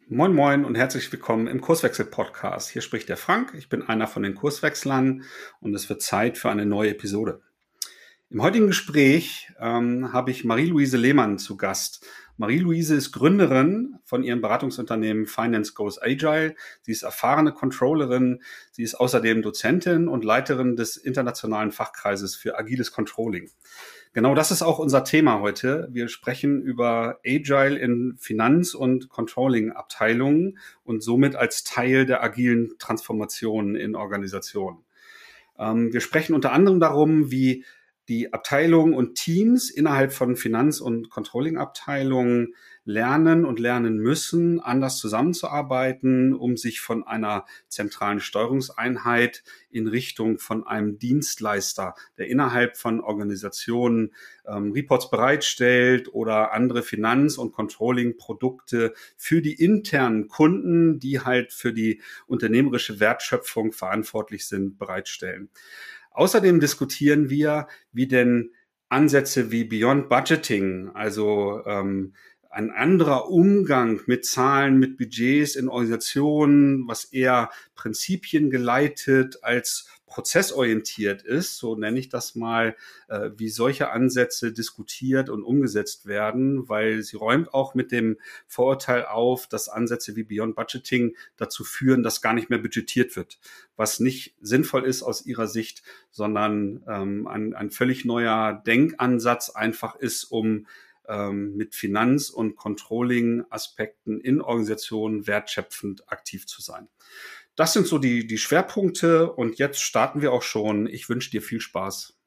Moin Moin und herzlich willkommen im Kurswechsel-Podcast. Hier spricht der Frank, ich bin einer von den Kurswechslern und es wird Zeit für eine neue Episode. Im heutigen Gespräch habe ich Marie-Louise Lehmann zu Gast. Marie-Louise ist Gründerin von ihrem Beratungsunternehmen Finance Goes Agile. Sie ist erfahrene Controllerin. Sie ist außerdem Dozentin und Leiterin des internationalen Fachkreises für agiles Controlling. Genau das ist auch unser Thema heute. Wir sprechen über Agile in Finanz- und Controlling-Abteilungen und somit als Teil der agilen Transformation in Organisationen. Wir sprechen unter anderem darum, wie die Abteilungen und Teams innerhalb von Finanz- und Controlling-Abteilungen lernen und lernen müssen, anders zusammenzuarbeiten, um sich von einer zentralen Steuerungseinheit in Richtung von einem Dienstleister, der innerhalb von Organisationen Reports bereitstellt oder andere Finanz- und Controlling-Produkte für die internen Kunden, die halt für die unternehmerische Wertschöpfung verantwortlich sind, bereitstellen. Außerdem diskutieren wir, wie denn Ansätze wie Beyond Budgeting, also ein anderer Umgang mit Zahlen, mit Budgets in Organisationen, was eher prinzipiengeleitet als prozessorientiert ist, so nenne ich das mal, wie solche Ansätze diskutiert und umgesetzt werden, weil sie räumt auch mit dem Vorurteil auf, dass Ansätze wie Beyond Budgeting dazu führen, dass gar nicht mehr budgetiert wird, was nicht sinnvoll ist aus ihrer Sicht, sondern ein völlig neuer Denkansatz einfach ist, um mit Finanz- und Controlling-Aspekten in Organisationen wertschöpfend aktiv zu sein. Das sind so die Schwerpunkte und jetzt starten wir auch schon. Ich wünsche dir viel Spaß.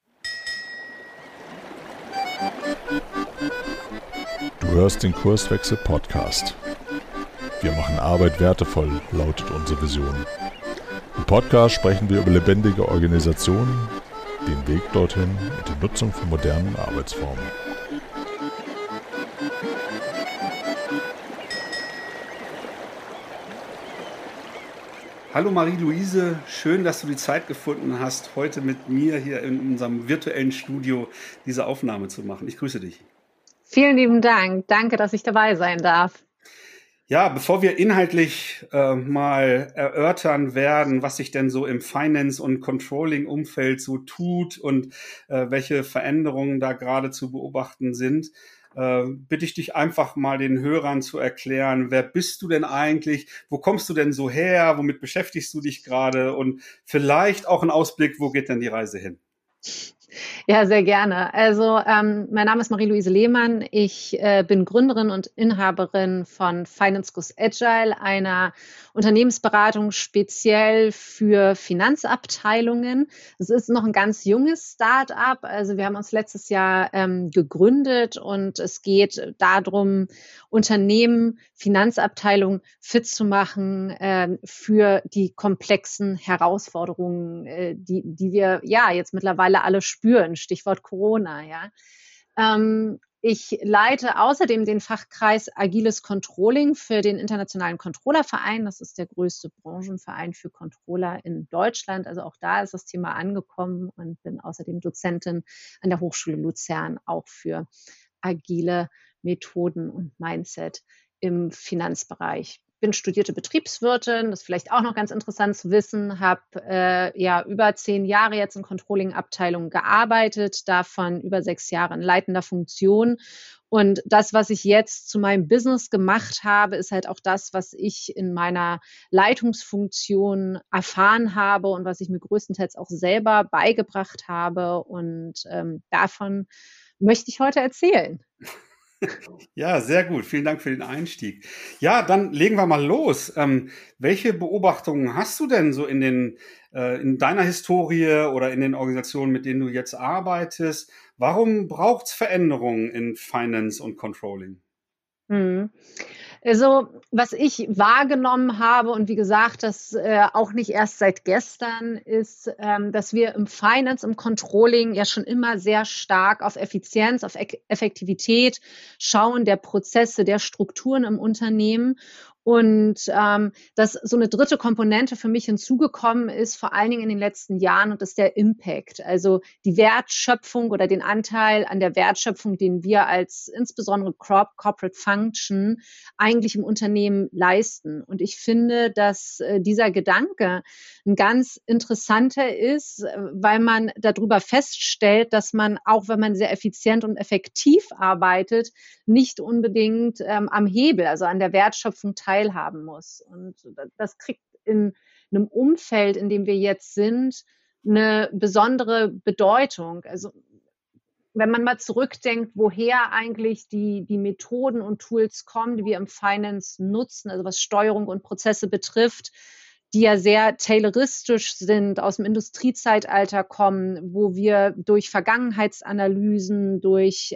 Du hörst den Kurswechsel-Podcast. Wir machen Arbeit wertevoll, lautet unsere Vision. Im Podcast sprechen wir über lebendige Organisationen, den Weg dorthin und die Nutzung von modernen Arbeitsformen. Hallo Marie-Louise, schön, dass du die Zeit gefunden hast, heute mit mir hier in unserem virtuellen Studio diese Aufnahme zu machen. Ich grüße dich. Vielen lieben Dank. Danke, dass ich dabei sein darf. Ja, bevor wir inhaltlich mal erörtern werden, was sich denn so im Finance- und Controlling-Umfeld so tut und welche Veränderungen da gerade zu beobachten sind, bitte ich dich einfach mal den Hörern zu erklären, wer bist du denn eigentlich, wo kommst du denn so her, womit beschäftigst du dich gerade und vielleicht auch ein Ausblick, wo geht denn die Reise hin? Ja, sehr gerne. Also mein Name ist Marie-Louise Lehmann. Ich bin Gründerin und Inhaberin von Finance Goes Agile, einer Unternehmensberatung speziell für Finanzabteilungen. Es ist noch ein ganz junges Start-up. Also wir haben uns letztes Jahr gegründet und es geht darum, Unternehmen, Finanzabteilungen fit zu machen für die komplexen Herausforderungen, die wir ja jetzt mittlerweile alle spüren. Stichwort Corona, ja. Ich leite außerdem den Fachkreis Agiles Controlling für den Internationalen Controllerverein. Das ist der größte Branchenverein für Controller in Deutschland. Also auch da ist das Thema angekommen und bin außerdem Dozentin an der Hochschule Luzern, auch für agile Methoden und Mindset im Finanzbereich. Bin studierte Betriebswirtin, das ist vielleicht auch noch ganz interessant zu wissen, habe über 10 Jahre jetzt in Controlling-Abteilungen gearbeitet, davon über 6 Jahre in leitender Funktion. Und das, was ich jetzt zu meinem Business gemacht habe, ist halt auch das, was ich in meiner Leitungsfunktion erfahren habe und was ich mir größtenteils auch selber beigebracht habe. Und davon möchte ich heute erzählen. Ja, sehr gut. Vielen Dank für den Einstieg. Ja, dann legen wir mal los. Welche Beobachtungen hast du denn so in deiner Historie oder in den Organisationen, mit denen du jetzt arbeitest? Warum braucht es Veränderungen in Finance und Controlling? Also, was ich wahrgenommen habe und wie gesagt, das auch nicht erst seit gestern, ist, dass wir im Finance, im Controlling ja schon immer sehr stark auf Effizienz, auf Effektivität schauen, der Prozesse, der Strukturen im Unternehmen. Und dass so eine dritte Komponente für mich hinzugekommen ist, vor allen Dingen in den letzten Jahren, und das ist der Impact, also die Wertschöpfung oder den Anteil an der Wertschöpfung, den wir als insbesondere Corporate Function eigentlich im Unternehmen leisten. Und ich finde, dass dieser Gedanke ein ganz interessanter ist, weil man darüber feststellt, dass man, auch wenn man sehr effizient und effektiv arbeitet, nicht unbedingt am Hebel, also an der Wertschöpfung teilhaben muss. Und das kriegt in einem Umfeld, in dem wir jetzt sind, eine besondere Bedeutung. Also wenn man mal zurückdenkt, woher eigentlich die Methoden und Tools kommen, die wir im Finance nutzen, also was Steuerung und Prozesse betrifft, die ja sehr tayloristisch sind, aus dem Industriezeitalter kommen, wo wir durch Vergangenheitsanalysen, durch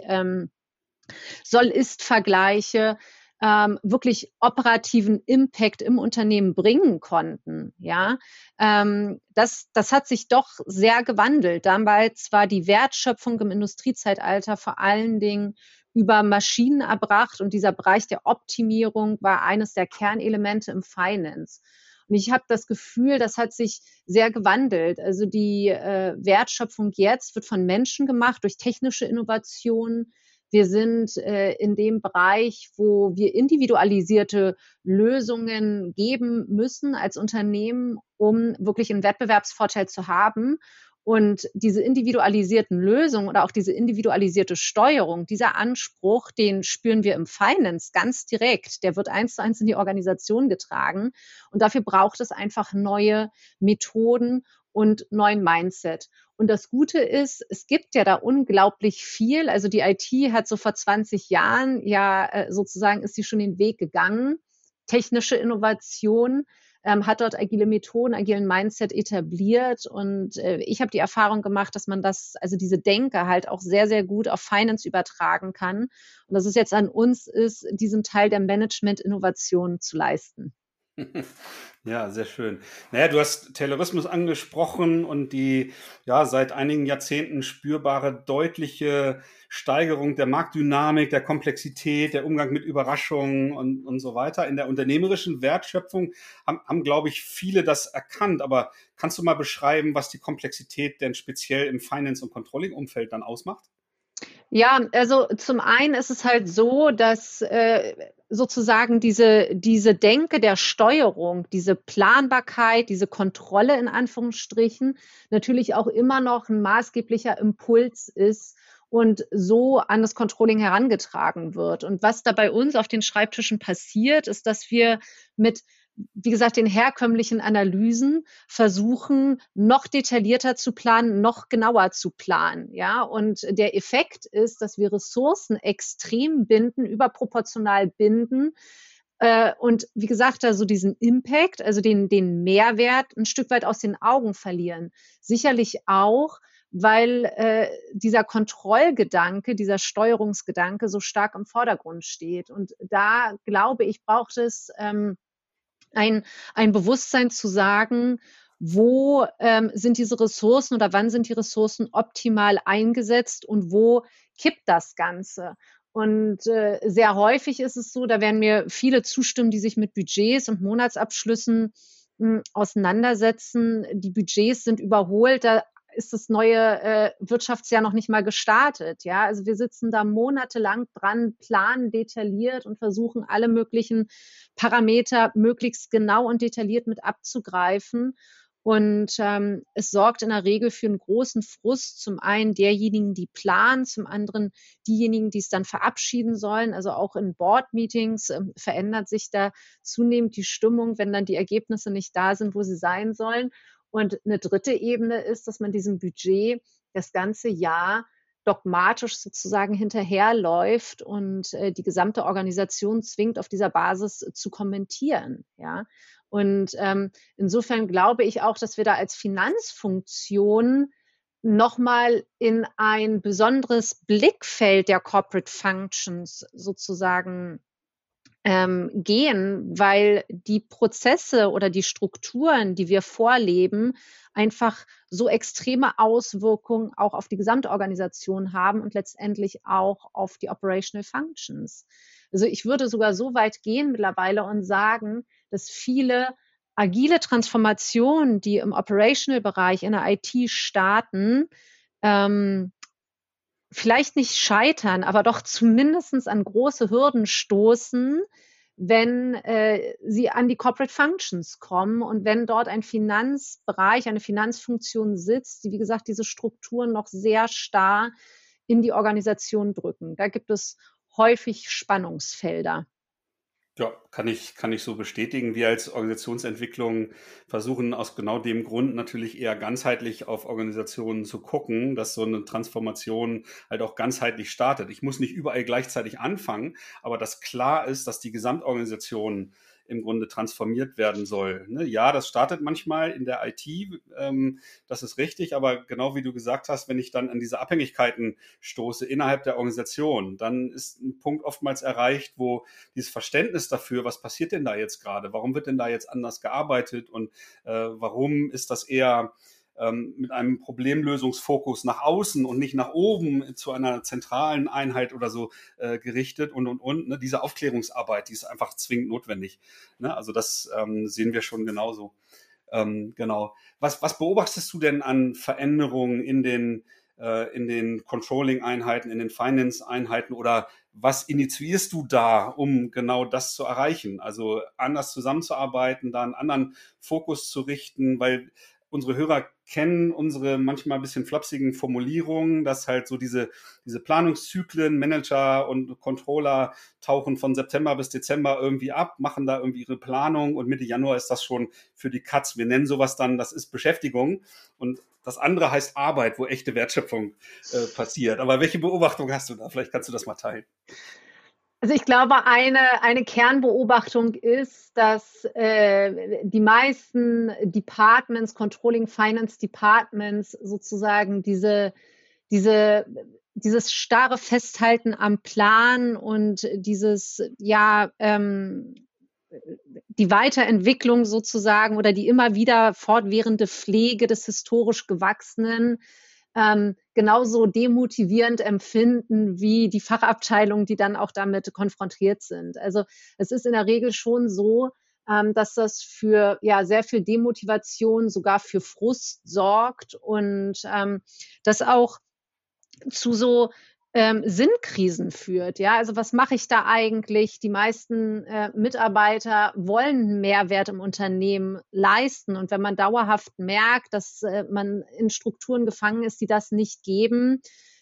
Soll-Ist-Vergleiche wirklich operativen Impact im Unternehmen bringen konnten. Ja, das hat sich doch sehr gewandelt. Damals war die Wertschöpfung im Industriezeitalter vor allen Dingen über Maschinen erbracht, und dieser Bereich der Optimierung war eines der Kernelemente im Finance. Und ich habe das Gefühl, das hat sich sehr gewandelt. Also die Wertschöpfung jetzt wird von Menschen gemacht durch technische Innovationen. Wir sind in dem Bereich, wo wir individualisierte Lösungen geben müssen als Unternehmen, um wirklich einen Wettbewerbsvorteil zu haben. Und diese individualisierten Lösungen oder auch diese individualisierte Steuerung, dieser Anspruch, den spüren wir im Finance ganz direkt. Der wird 1:1 in die Organisation getragen. Und dafür braucht es einfach neue Methoden und neuen Mindset. Und das Gute ist, es gibt ja da unglaublich viel. Also die IT hat so vor 20 Jahren sozusagen ist sie schon den Weg gegangen. Technische Innovation hat dort agile Methoden, agilen Mindset etabliert. Und ich habe die Erfahrung gemacht, dass man also diese Denke halt auch sehr, sehr gut auf Finance übertragen kann. Und dass es jetzt an uns ist, diesen Teil der Management-Innovation zu leisten. Ja, sehr schön. Naja, du hast Taylorismus angesprochen und die seit einigen Jahrzehnten spürbare deutliche Steigerung der Marktdynamik, der Komplexität, der Umgang mit Überraschungen und so weiter. In der unternehmerischen Wertschöpfung haben, glaube ich, viele das erkannt. Aber kannst du mal beschreiben, was die Komplexität denn speziell im Finance- und Controlling-Umfeld dann ausmacht? Ja, also zum einen ist es halt so, dass sozusagen diese Denke der Steuerung, diese Planbarkeit, diese Kontrolle in Anführungsstrichen natürlich auch immer noch ein maßgeblicher Impuls ist und so an das Controlling herangetragen wird. Und was da bei uns auf den Schreibtischen passiert, ist, dass wir mit, wie gesagt, den herkömmlichen Analysen versuchen, noch detaillierter zu planen, noch genauer zu planen. Ja, und der Effekt ist, dass wir Ressourcen extrem binden, überproportional binden. Und wie gesagt, da so diesen Impact, also den Mehrwert ein Stück weit aus den Augen verlieren. Sicherlich auch, weil dieser Kontrollgedanke, dieser Steuerungsgedanke so stark im Vordergrund steht. Und da, glaube ich, braucht es ein Bewusstsein zu sagen, wo sind diese Ressourcen oder wann sind die Ressourcen optimal eingesetzt und wo kippt das Ganze. Und sehr häufig ist es so, da werden mir viele zustimmen, die sich mit Budgets und Monatsabschlüssen auseinandersetzen. Die Budgets sind überholt, da ist das neue Wirtschaftsjahr noch nicht mal gestartet. Ja, also wir sitzen da monatelang dran, planen detailliert und versuchen alle möglichen Parameter möglichst genau und detailliert mit abzugreifen. Und es sorgt in der Regel für einen großen Frust, zum einen derjenigen, die planen, zum anderen diejenigen, die es dann verabschieden sollen. Also auch in Board-Meetings verändert sich da zunehmend die Stimmung, wenn dann die Ergebnisse nicht da sind, wo sie sein sollen. Und eine dritte Ebene ist, dass man diesem Budget das ganze Jahr dogmatisch sozusagen hinterherläuft und die gesamte Organisation zwingt, auf dieser Basis zu kommentieren. Ja? Und insofern glaube ich auch, dass wir da als Finanzfunktion nochmal in ein besonderes Blickfeld der Corporate Functions sozusagen gehen, weil die Prozesse oder die Strukturen, die wir vorleben, einfach so extreme Auswirkungen auch auf die gesamte Organisation haben und letztendlich auch auf die Operational Functions. Also ich würde sogar so weit gehen mittlerweile und sagen, dass viele agile Transformationen, die im Operational-Bereich in der IT starten, vielleicht nicht scheitern, aber doch zumindest an große Hürden stoßen, wenn sie an die Corporate Functions kommen und wenn dort ein Finanzbereich, eine Finanzfunktion sitzt, die, wie gesagt, diese Strukturen noch sehr starr in die Organisation drücken. Da gibt es häufig Spannungsfelder. Ja, kann ich so bestätigen. Wir als Organisationsentwicklung versuchen aus genau dem Grund natürlich eher ganzheitlich auf Organisationen zu gucken, dass so eine Transformation halt auch ganzheitlich startet. Ich muss nicht überall gleichzeitig anfangen, aber dass klar ist, dass die Gesamtorganisation im Grunde transformiert werden soll. Ne? Ja, das startet manchmal in der IT, das ist richtig, aber genau wie du gesagt hast, wenn ich dann an diese Abhängigkeiten stoße innerhalb der Organisation, dann ist ein Punkt oftmals erreicht, wo dieses Verständnis dafür, was passiert denn da jetzt gerade, warum wird denn da jetzt anders gearbeitet und warum ist das eher mit einem Problemlösungsfokus nach außen und nicht nach oben zu einer zentralen Einheit oder so gerichtet und. Ne? Diese Aufklärungsarbeit, die ist einfach zwingend notwendig. Ne? Also das sehen wir schon genauso. Genau. Was beobachtest du denn an Veränderungen in den Controlling-Einheiten, in den Finance-Einheiten oder was initiierst du da, um genau das zu erreichen? Also anders zusammenzuarbeiten, da einen anderen Fokus zu richten, weil unsere Hörer kennen unsere manchmal ein bisschen flapsigen Formulierungen, dass halt so diese Planungszyklen, Manager und Controller tauchen von September bis Dezember irgendwie ab, machen da irgendwie ihre Planung und Mitte Januar ist das schon für die Katz. Wir nennen sowas dann, das ist Beschäftigung und das andere heißt Arbeit, wo echte Wertschöpfung passiert. Aber welche Beobachtung hast du da? Vielleicht kannst du das mal teilen. Also ich glaube, eine Kernbeobachtung ist, dass die meisten Departments, Controlling Finance Departments sozusagen dieses starre Festhalten am Plan und die Weiterentwicklung sozusagen oder die immer wieder fortwährende Pflege des historisch Gewachsenen genauso demotivierend empfinden wie die Fachabteilungen, die dann auch damit konfrontiert sind. Also es ist in der Regel schon so, dass das für sehr viel Demotivation, sogar für Frust sorgt und das auch zu so Sinnkrisen führt. Ja, also was mache ich da eigentlich? Die meisten Mitarbeiter wollen einen Mehrwert im Unternehmen leisten. Und wenn man dauerhaft merkt, dass man in Strukturen gefangen ist, die das nicht geben,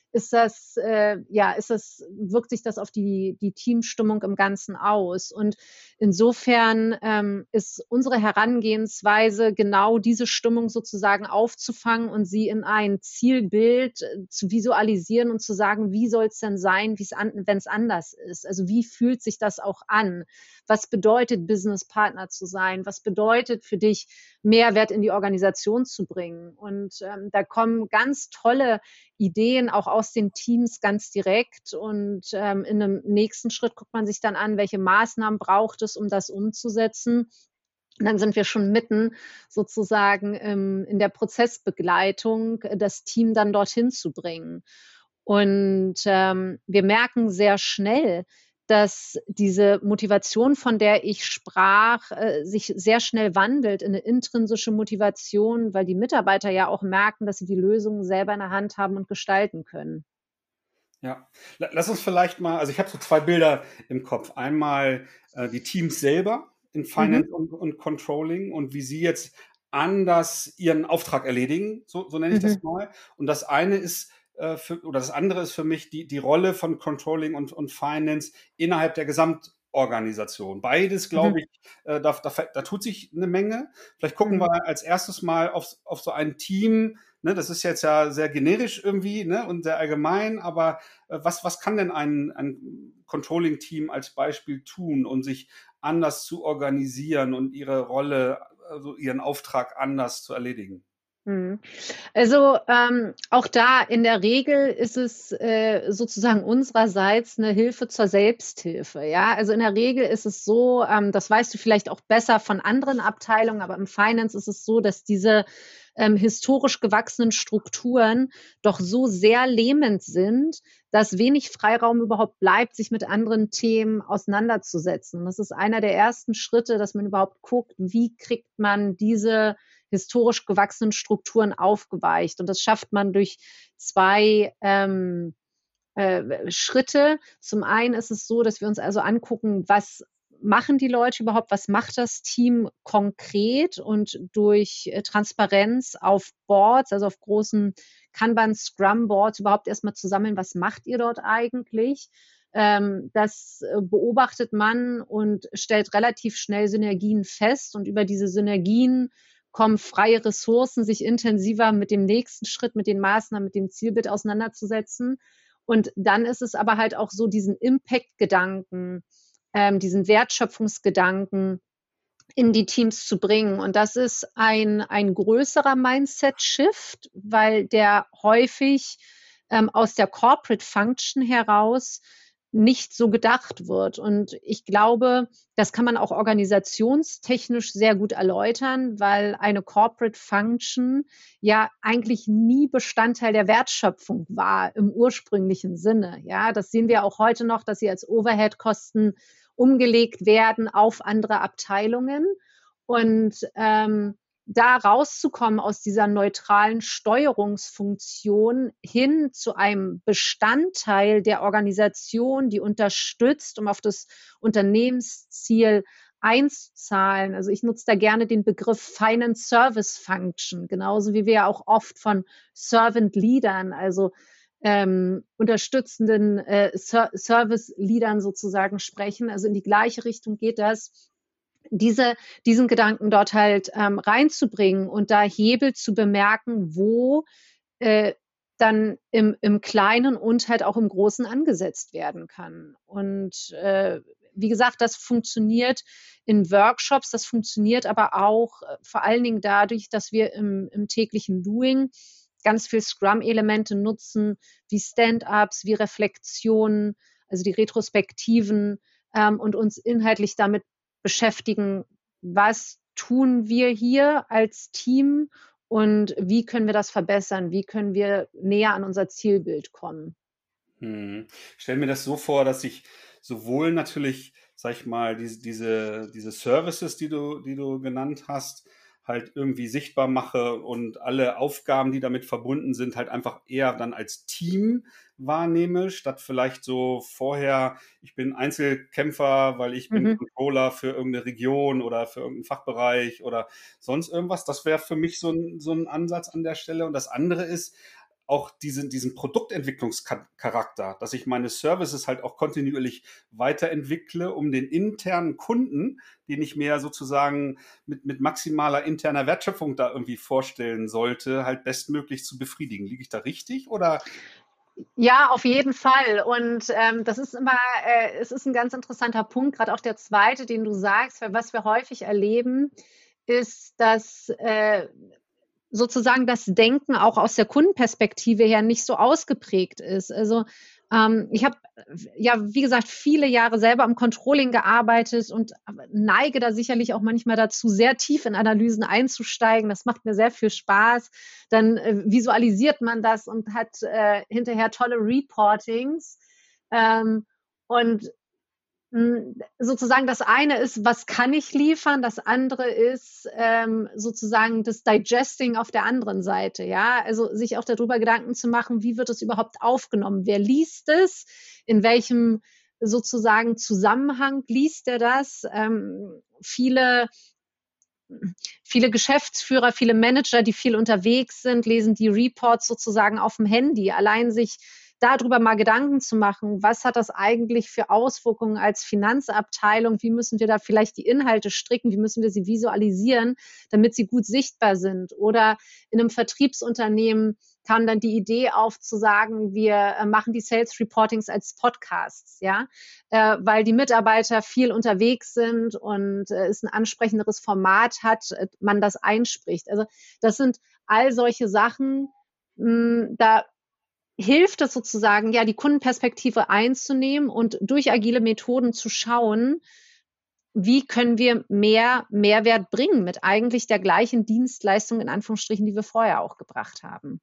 wirkt sich das auf die Teamstimmung im Ganzen aus. Und insofern ist unsere Herangehensweise genau diese Stimmung sozusagen aufzufangen und sie in ein Zielbild zu visualisieren und zu sagen, wie soll es denn sein, wenn es anders ist? Also wie fühlt sich das auch an? Was bedeutet Business Partner zu sein? Was bedeutet für dich, Mehrwert in die Organisation zu bringen? Und da kommen ganz tolle Ideen auch aus den Teams ganz direkt. Und in einem nächsten Schritt guckt man sich dann an, welche Maßnahmen braucht es, um das umzusetzen. Und dann sind wir schon mitten sozusagen in der Prozessbegleitung, das Team dann dorthin zu bringen. Und wir merken sehr schnell, dass diese Motivation, von der ich sprach, sich sehr schnell wandelt in eine intrinsische Motivation, weil die Mitarbeiter ja auch merken, dass sie die Lösungen selber in der Hand haben und gestalten können. Ja, lass uns vielleicht mal, also ich habe so zwei Bilder im Kopf. Einmal die Teams selber in Finance und Controlling und wie sie jetzt anders ihren Auftrag erledigen, so nenne ich das mal. Und das eine ist das andere ist für mich die Rolle von Controlling und Finance innerhalb der Gesamtorganisation. Beides, glaube ich, da tut sich eine Menge. Vielleicht gucken wir als erstes mal auf so ein Team. Ne, das ist jetzt ja sehr generisch irgendwie, ne, und sehr allgemein, aber was kann denn ein Controlling-Team als Beispiel tun, um sich anders zu organisieren und ihre Rolle, also ihren Auftrag anders zu erledigen? Also auch da in der Regel ist es sozusagen unsererseits eine Hilfe zur Selbsthilfe. Ja, also in der Regel ist es so, das weißt du vielleicht auch besser von anderen Abteilungen, aber im Finance ist es so, dass diese historisch gewachsenen Strukturen doch so sehr lähmend sind, dass wenig Freiraum überhaupt bleibt, sich mit anderen Themen auseinanderzusetzen. Und das ist einer der ersten Schritte, dass man überhaupt guckt, wie kriegt man diese historisch gewachsenen Strukturen aufgeweicht. Und das schafft man durch zwei Schritte. Zum einen ist es so, dass wir uns also angucken, was machen die Leute überhaupt, was macht das Team konkret, und durch Transparenz auf Boards, also auf großen Kanban Scrum Boards überhaupt erstmal zu sammeln, was macht ihr dort eigentlich? Das beobachtet man und stellt relativ schnell Synergien fest, und über diese Synergien kommen freie Ressourcen, sich intensiver mit dem nächsten Schritt, mit den Maßnahmen, mit dem Zielbild auseinanderzusetzen. Und dann ist es aber halt auch so, diesen Impact-Gedanken, diesen Wertschöpfungsgedanken in die Teams zu bringen. Und das ist ein größerer Mindset-Shift, weil der häufig aus der Corporate Function heraus nicht so gedacht wird. Und ich glaube, das kann man auch organisationstechnisch sehr gut erläutern, weil eine Corporate Function ja eigentlich nie Bestandteil der Wertschöpfung war im ursprünglichen Sinne. Ja, das sehen wir auch heute noch, dass sie als Overhead-Kosten umgelegt werden auf andere Abteilungen. Und da rauszukommen aus dieser neutralen Steuerungsfunktion hin zu einem Bestandteil der Organisation, die unterstützt, um auf das Unternehmensziel einzuzahlen. Also ich nutze da gerne den Begriff Finance Service Function, genauso wie wir ja auch oft von Servant Leadern, also unterstützenden Service-Leadern sozusagen sprechen. Also in die gleiche Richtung geht das, diesen Gedanken dort halt reinzubringen und da Hebel zu bemerken, wo dann im Kleinen und halt auch im Großen angesetzt werden kann. Und wie gesagt, das funktioniert in Workshops, das funktioniert aber auch vor allen Dingen dadurch, dass wir im täglichen Doing ganz viel Scrum-Elemente nutzen, wie Stand-ups, wie Reflexionen, also die Retrospektiven, und uns inhaltlich damit beschäftigen, was tun wir hier als Team und wie können wir das verbessern, wie können wir näher an unser Zielbild kommen. Ich stelle mir das so vor, dass ich sowohl natürlich, sag ich mal, diese Services, die du genannt hast, halt irgendwie sichtbar mache und alle Aufgaben, die damit verbunden sind, halt einfach eher dann als Team wahrnehme, statt vielleicht so vorher, ich bin Einzelkämpfer, weil ich bin Controller für irgendeine Region oder für irgendeinen Fachbereich oder sonst irgendwas. Das wäre für mich so ein Ansatz an der Stelle. Und das andere ist, auch diesen Produktentwicklungscharakter, dass ich meine Services halt auch kontinuierlich weiterentwickle, um den internen Kunden, den ich mir sozusagen mit maximaler interner Wertschöpfung da irgendwie vorstellen sollte, halt bestmöglich zu befriedigen. Liege ich da richtig oder? Ja, auf jeden Fall. Und das ist immer, es ist ein ganz interessanter Punkt, gerade auch der zweite, den du sagst, weil was wir häufig erleben, ist, dass sozusagen das Denken auch aus der Kundenperspektive her nicht so ausgeprägt ist. Also ich habe ja, wie gesagt, viele Jahre selber am Controlling gearbeitet und neige da sicherlich auch manchmal dazu, sehr tief in Analysen einzusteigen. Das macht mir sehr viel Spaß. Dann visualisiert man das und hat hinterher tolle Reportings. Und sozusagen das eine ist, was kann ich liefern? Das andere ist sozusagen das Digesting auf der anderen Seite. Ja, also sich auch darüber Gedanken zu machen, wie wird es überhaupt aufgenommen? Wer liest es? In welchem sozusagen Zusammenhang liest er das? Viele Geschäftsführer, viele Manager, die viel unterwegs sind, lesen die Reports sozusagen auf dem Handy. Allein sich darüber mal Gedanken zu machen, was hat das eigentlich für Auswirkungen als Finanzabteilung, wie müssen wir da vielleicht die Inhalte stricken, wie müssen wir sie visualisieren, damit sie gut sichtbar sind. Oder in einem Vertriebsunternehmen kam dann die Idee auf zu sagen, wir machen die Sales Reportings als Podcasts, ja, weil die Mitarbeiter viel unterwegs sind und es ein ansprechenderes Format hat, man das einspricht. Also das sind all solche Sachen, da hilft es sozusagen, ja, die Kundenperspektive einzunehmen und durch agile Methoden zu schauen, wie können wir mehr Mehrwert bringen mit eigentlich der gleichen Dienstleistung in Anführungsstrichen, die wir vorher auch gebracht haben.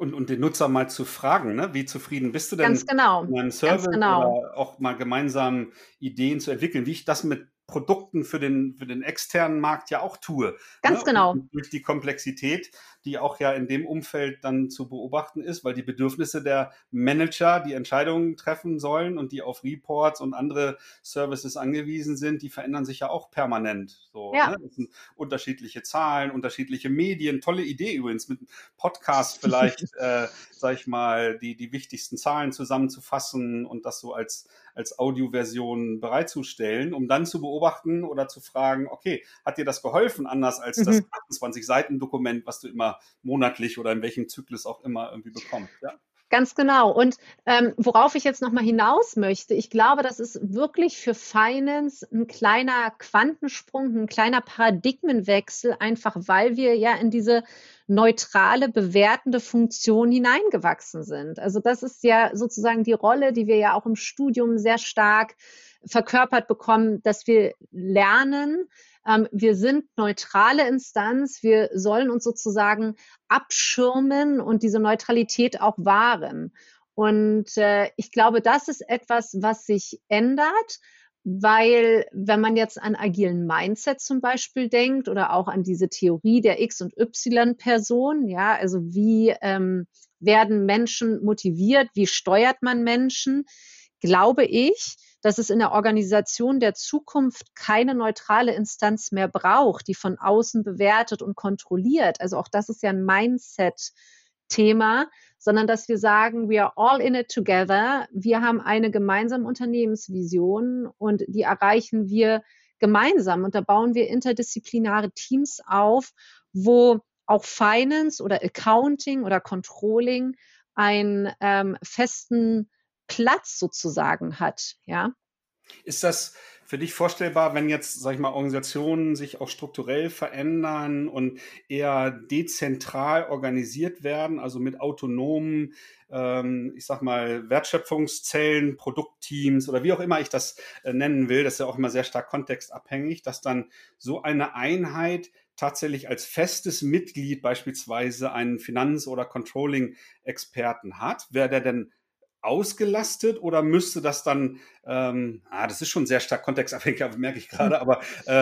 Und den Nutzer mal zu fragen, ne? Wie zufrieden bist du Ganz denn genau, mit meinem ganz Service genau, oder auch mal gemeinsam Ideen zu entwickeln, wie ich das mit Produkten für den externen Markt ja auch tue, ganz ne? Und genau. durch die Komplexität, die auch ja in dem Umfeld dann zu beobachten ist, weil die Bedürfnisse der Manager, die Entscheidungen treffen sollen und die auf Reports und andere Services angewiesen sind, die verändern sich ja auch permanent. So, Ja. ne? Das sind unterschiedliche Zahlen, unterschiedliche Medien. Tolle Idee übrigens mit Podcast vielleicht, sag ich mal, die wichtigsten Zahlen zusammenzufassen und das so als Audioversion bereitzustellen, um dann zu beobachten oder zu fragen, okay, hat dir das geholfen, anders als das Mhm. 28-Seiten-Dokument, was du immer monatlich oder in welchem Zyklus auch immer irgendwie bekommst, ja? Ganz genau. Und worauf ich jetzt noch mal hinaus möchte, ich glaube, das ist wirklich für Finance ein kleiner Quantensprung, ein kleiner Paradigmenwechsel, einfach weil wir ja in diese neutrale, bewertende Funktion hineingewachsen sind. Also, das ist ja sozusagen die Rolle, die wir ja auch im Studium sehr stark verkörpert bekommen, dass wir lernen, wir sind neutrale Instanz, wir sollen uns sozusagen abschirmen und diese Neutralität auch wahren. Und ich glaube, das ist etwas, was sich ändert, weil wenn man jetzt an agilen Mindset zum Beispiel denkt oder auch an diese Theorie der X- und Y-Person, ja, also wie werden Menschen motiviert, wie steuert man Menschen, glaube ich, dass es in der Organisation der Zukunft keine neutrale Instanz mehr braucht, die von außen bewertet und kontrolliert. Also auch das ist ja ein Mindset-Thema, sondern dass wir sagen, we are all in it together. Wir haben eine gemeinsame Unternehmensvision und die erreichen wir gemeinsam. Und da bauen wir interdisziplinäre Teams auf, wo auch Finance oder Accounting oder Controlling einen festen Platz sozusagen hat, ja. Ist das für dich vorstellbar, wenn jetzt, sag ich mal, Organisationen sich auch strukturell verändern und eher dezentral organisiert werden, also mit autonomen, ich sag mal, Wertschöpfungszellen, Produktteams oder wie auch immer ich das nennen will, das ist ja auch immer sehr stark kontextabhängig, dass dann so eine Einheit tatsächlich als festes Mitglied beispielsweise einen Finanz- oder Controlling-Experten hat? Wäre der denn ausgelastet oder müsste das dann, das ist schon sehr stark kontextabhängig, merke ich gerade, aber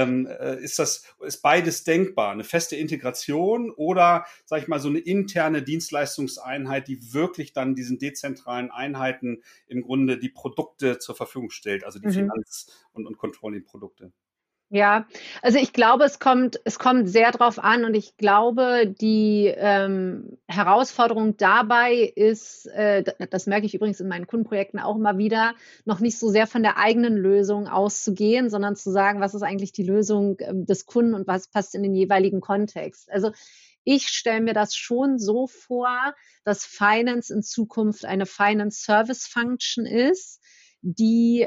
ist beides denkbar? Eine feste Integration oder, sag ich mal, so eine interne Dienstleistungseinheit, die wirklich dann diesen dezentralen Einheiten im Grunde die Produkte zur Verfügung stellt, also die Mhm. Finanz- und Controlling-Produkte? Ja, also ich glaube, es kommt sehr drauf an und ich glaube, die Herausforderung dabei ist, das merke ich übrigens in meinen Kundenprojekten auch immer wieder, noch nicht so sehr von der eigenen Lösung auszugehen, sondern zu sagen, was ist eigentlich die Lösung des Kunden und was passt in den jeweiligen Kontext. Also ich stelle mir das schon so vor, dass Finance in Zukunft eine Finance Service Function ist, die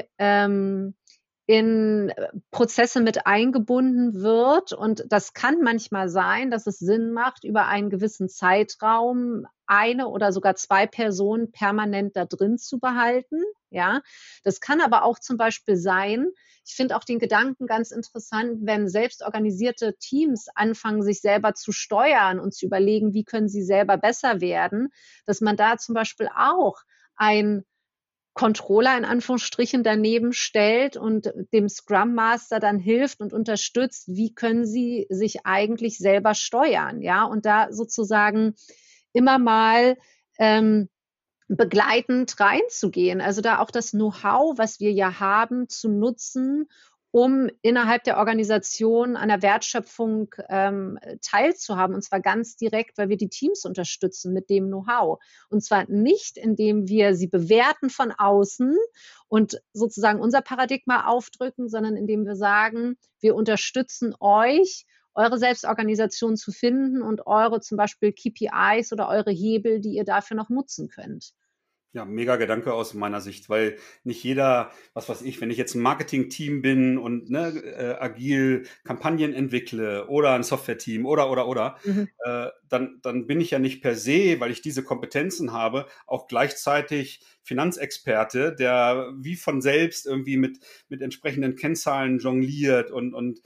in Prozesse mit eingebunden wird. Und das kann manchmal sein, dass es Sinn macht, über einen gewissen Zeitraum eine oder sogar zwei Personen permanent da drin zu behalten. Ja, das kann aber auch zum Beispiel sein. Ich finde auch den Gedanken ganz interessant, wenn selbstorganisierte Teams anfangen, sich selber zu steuern und zu überlegen, wie können sie selber besser werden, dass man da zum Beispiel auch ein Controller in Anführungsstrichen daneben stellt und dem Scrum Master dann hilft und unterstützt, wie können sie sich eigentlich selber steuern, ja, und da sozusagen immer mal begleitend reinzugehen. Also da auch das Know-how, was wir ja haben, zu nutzen, um innerhalb der Organisation an der Wertschöpfung teilzuhaben. Und zwar ganz direkt, weil wir die Teams unterstützen mit dem Know-how. Und zwar nicht, indem wir sie bewerten von außen und sozusagen unser Paradigma aufdrücken, sondern indem wir sagen, wir unterstützen euch, eure Selbstorganisation zu finden und eure zum Beispiel KPIs oder eure Hebel, die ihr dafür noch nutzen könnt. Ja, mega Gedanke aus meiner Sicht, weil nicht jeder, was weiß ich, wenn ich jetzt ein Marketing-Team bin und agil Kampagnen entwickle oder ein Software-Team oder, Mhm. dann bin ich ja nicht per se, weil ich diese Kompetenzen habe, auch gleichzeitig Finanzexperte, der wie von selbst irgendwie mit entsprechenden Kennzahlen jongliert und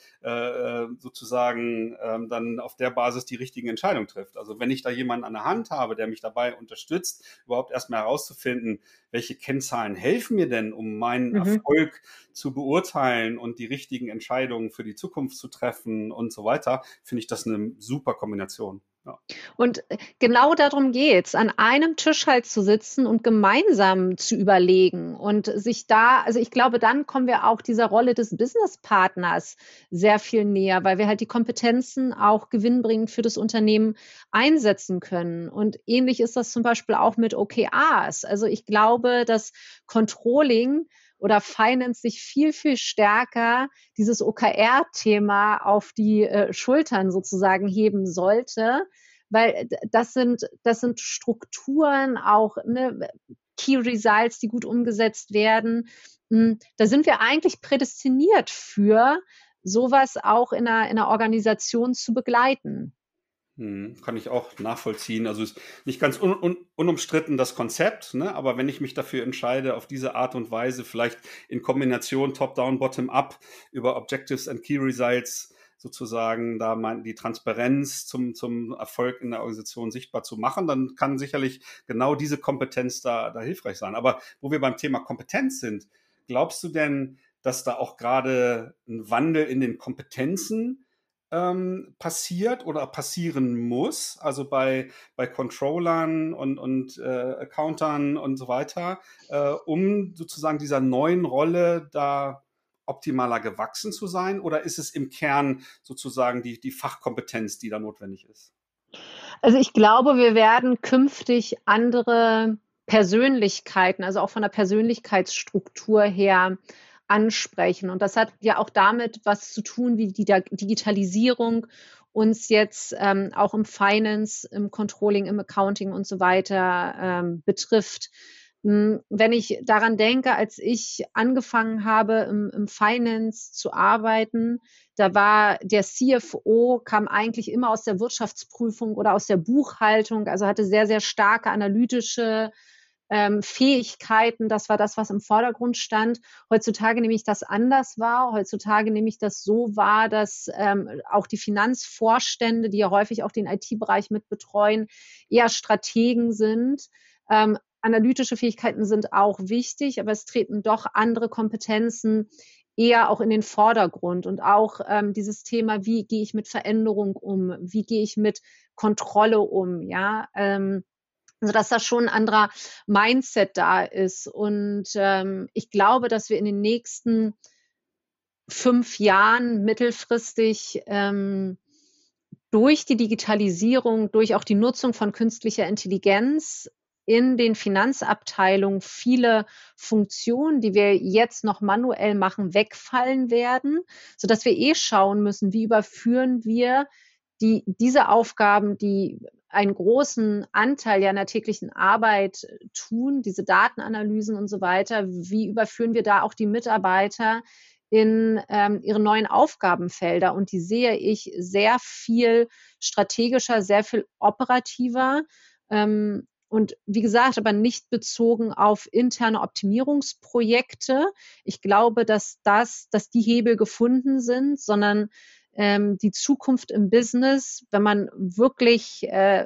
sozusagen dann auf der Basis die richtigen Entscheidungen trifft. Also wenn ich da jemanden an der Hand habe, der mich dabei unterstützt, überhaupt erstmal herauszufinden, welche Kennzahlen helfen mir denn, um meinen Erfolg zu beurteilen und die richtigen Entscheidungen für die Zukunft zu treffen und so weiter, finde ich das eine super Kombination. Ja. Und genau darum geht's, an einem Tisch halt zu sitzen und gemeinsam zu überlegen und sich da, also ich glaube, dann kommen wir auch dieser Rolle des Businesspartners sehr viel näher, weil wir halt die Kompetenzen auch gewinnbringend für das Unternehmen einsetzen können. Und ähnlich ist das zum Beispiel auch mit OKRs. Also ich glaube, dass Controlling oder Finance sich viel, viel stärker dieses OKR-Thema auf die Schultern sozusagen heben sollte, weil das sind Strukturen, auch ne, Key Results, die gut umgesetzt werden. Da sind wir eigentlich prädestiniert für, sowas auch in einer Organisation zu begleiten. Kann ich auch nachvollziehen. Also ist nicht ganz unumstritten das Konzept, ne? Aber wenn ich mich dafür entscheide, auf diese Art und Weise, vielleicht in Kombination Top-Down, Bottom-Up über Objectives and Key Results sozusagen da die Transparenz zum Erfolg in der Organisation sichtbar zu machen, dann kann sicherlich genau diese Kompetenz da hilfreich sein. Aber wo wir beim Thema Kompetenz sind, glaubst du denn, dass da auch gerade ein Wandel in den Kompetenzen passiert oder passieren muss, also bei Controllern und Accountern und so weiter, um sozusagen dieser neuen Rolle da optimaler gewachsen zu sein? Oder ist es im Kern sozusagen die Fachkompetenz, die da notwendig ist? Also ich glaube, wir werden künftig andere Persönlichkeiten, also auch von der Persönlichkeitsstruktur her ansprechen. Und das hat ja auch damit was zu tun, wie die Digitalisierung uns jetzt auch im Finance, im Controlling, im Accounting und so weiter betrifft. Wenn ich daran denke, als ich angefangen habe, im Finance zu arbeiten, da war der CFO, kam eigentlich immer aus der Wirtschaftsprüfung oder aus der Buchhaltung, also hatte sehr, sehr starke analytische Fähigkeiten. Das war das, was im Vordergrund stand. Heutzutage nehme ich das anders wahr. Heutzutage nehme ich das so wahr, dass auch die Finanzvorstände, die ja häufig auch den IT-Bereich mit betreuen, eher Strategen sind. Analytische Fähigkeiten sind auch wichtig, aber es treten doch andere Kompetenzen eher auch in den Vordergrund. Und auch dieses Thema, wie gehe ich mit Veränderung um? Wie gehe ich mit Kontrolle um? Ja, also dass da schon ein anderer Mindset da ist. Und ich glaube, dass wir in den nächsten 5 Jahren mittelfristig durch die Digitalisierung, durch auch die Nutzung von künstlicher Intelligenz in den Finanzabteilungen viele Funktionen, die wir jetzt noch manuell machen, wegfallen werden, sodass wir schauen müssen, wie überführen wir diese Aufgaben, die einen großen Anteil ja in der täglichen Arbeit tun, diese Datenanalysen und so weiter, wie überführen wir da auch die Mitarbeiter in ihre neuen Aufgabenfelder? Und die sehe ich sehr viel strategischer, sehr viel operativer. Und wie gesagt, aber nicht bezogen auf interne Optimierungsprojekte. Ich glaube, dass die Hebel gefunden sind, sondern die Zukunft im Business, wenn man wirklich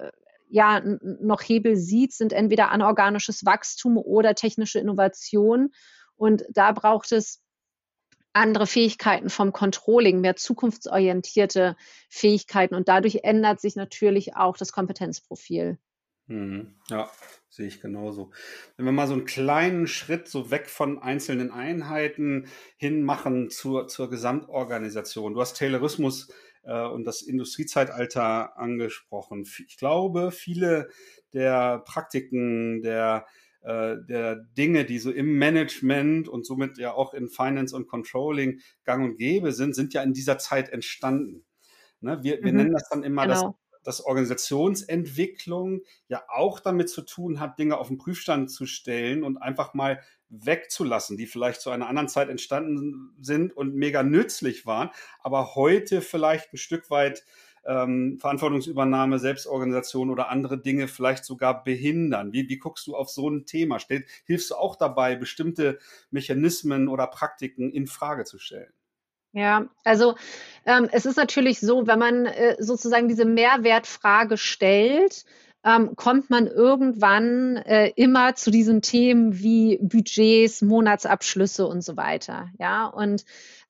noch Hebel sieht, sind entweder anorganisches Wachstum oder technische Innovation. Und da braucht es andere Fähigkeiten vom Controlling, mehr zukunftsorientierte Fähigkeiten. Und dadurch ändert sich natürlich auch das Kompetenzprofil. Ja, sehe ich genauso. Wenn wir mal so einen kleinen Schritt so weg von einzelnen Einheiten hin machen zur Gesamtorganisation. Du hast Taylorismus und das Industriezeitalter angesprochen. Ich glaube, viele der Praktiken, der Dinge, die so im Management und somit ja auch in Finance und Controlling gang und gäbe sind ja in dieser Zeit entstanden. Ne? Wir nennen das dann immer Genau. dass Organisationsentwicklung ja auch damit zu tun hat, Dinge auf den Prüfstand zu stellen und einfach mal wegzulassen, die vielleicht zu einer anderen Zeit entstanden sind und mega nützlich waren, aber heute vielleicht ein Stück weit Verantwortungsübernahme, Selbstorganisation oder andere Dinge vielleicht sogar behindern? Wie guckst du auf so ein Thema? Hilfst du auch dabei, bestimmte Mechanismen oder Praktiken in Frage zu stellen? Ja, also es ist natürlich so, wenn man sozusagen diese Mehrwertfrage stellt, kommt man irgendwann immer zu diesen Themen wie Budgets, Monatsabschlüsse und so weiter. Ja, und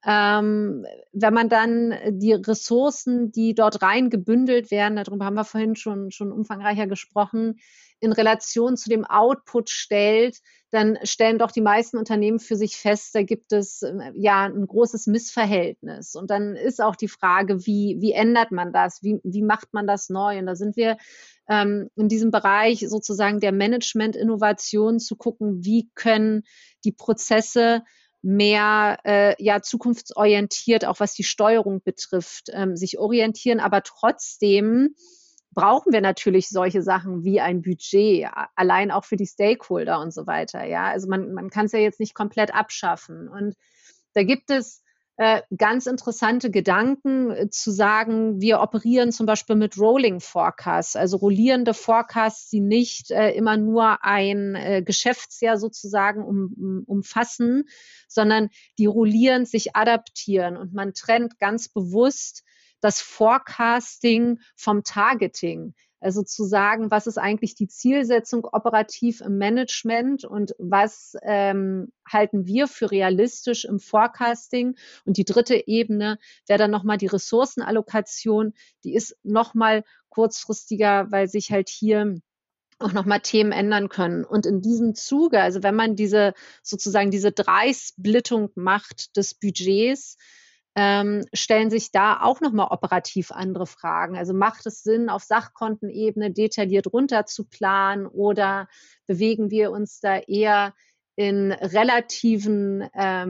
wenn man dann die Ressourcen, die dort rein gebündelt werden, darüber haben wir vorhin schon umfangreicher gesprochen, in Relation zu dem Output stellt, dann stellen doch die meisten Unternehmen für sich fest, da gibt es ja ein großes Missverhältnis. Und dann ist auch die Frage, wie ändert man das? Wie macht man das neu? Und da sind wir in diesem Bereich sozusagen der Management-Innovation zu gucken, wie können die Prozesse mehr zukunftsorientiert, auch was die Steuerung betrifft, sich orientieren, aber trotzdem brauchen wir natürlich solche Sachen wie ein Budget, allein auch für die Stakeholder und so weiter. Ja, also man kann es ja jetzt nicht komplett abschaffen. Und da gibt es ganz interessante Gedanken zu sagen, wir operieren zum Beispiel mit Rolling Forecasts, also rollierende Forecasts, die nicht immer nur ein Geschäftsjahr sozusagen umfassen, sondern die rollierend sich adaptieren. Und man trennt ganz bewusst das Forecasting vom Targeting. Also zu sagen, was ist eigentlich die Zielsetzung operativ im Management und was halten wir für realistisch im Forecasting. Und die dritte Ebene wäre dann nochmal die Ressourcenallokation. Die ist nochmal kurzfristiger, weil sich halt hier auch nochmal Themen ändern können. Und in diesem Zuge, also wenn man diese Dreisplittung macht des Budgets, stellen sich da auch nochmal operativ andere Fragen. Also macht es Sinn, auf Sachkontenebene detailliert runter zu planen oder bewegen wir uns da eher in relativen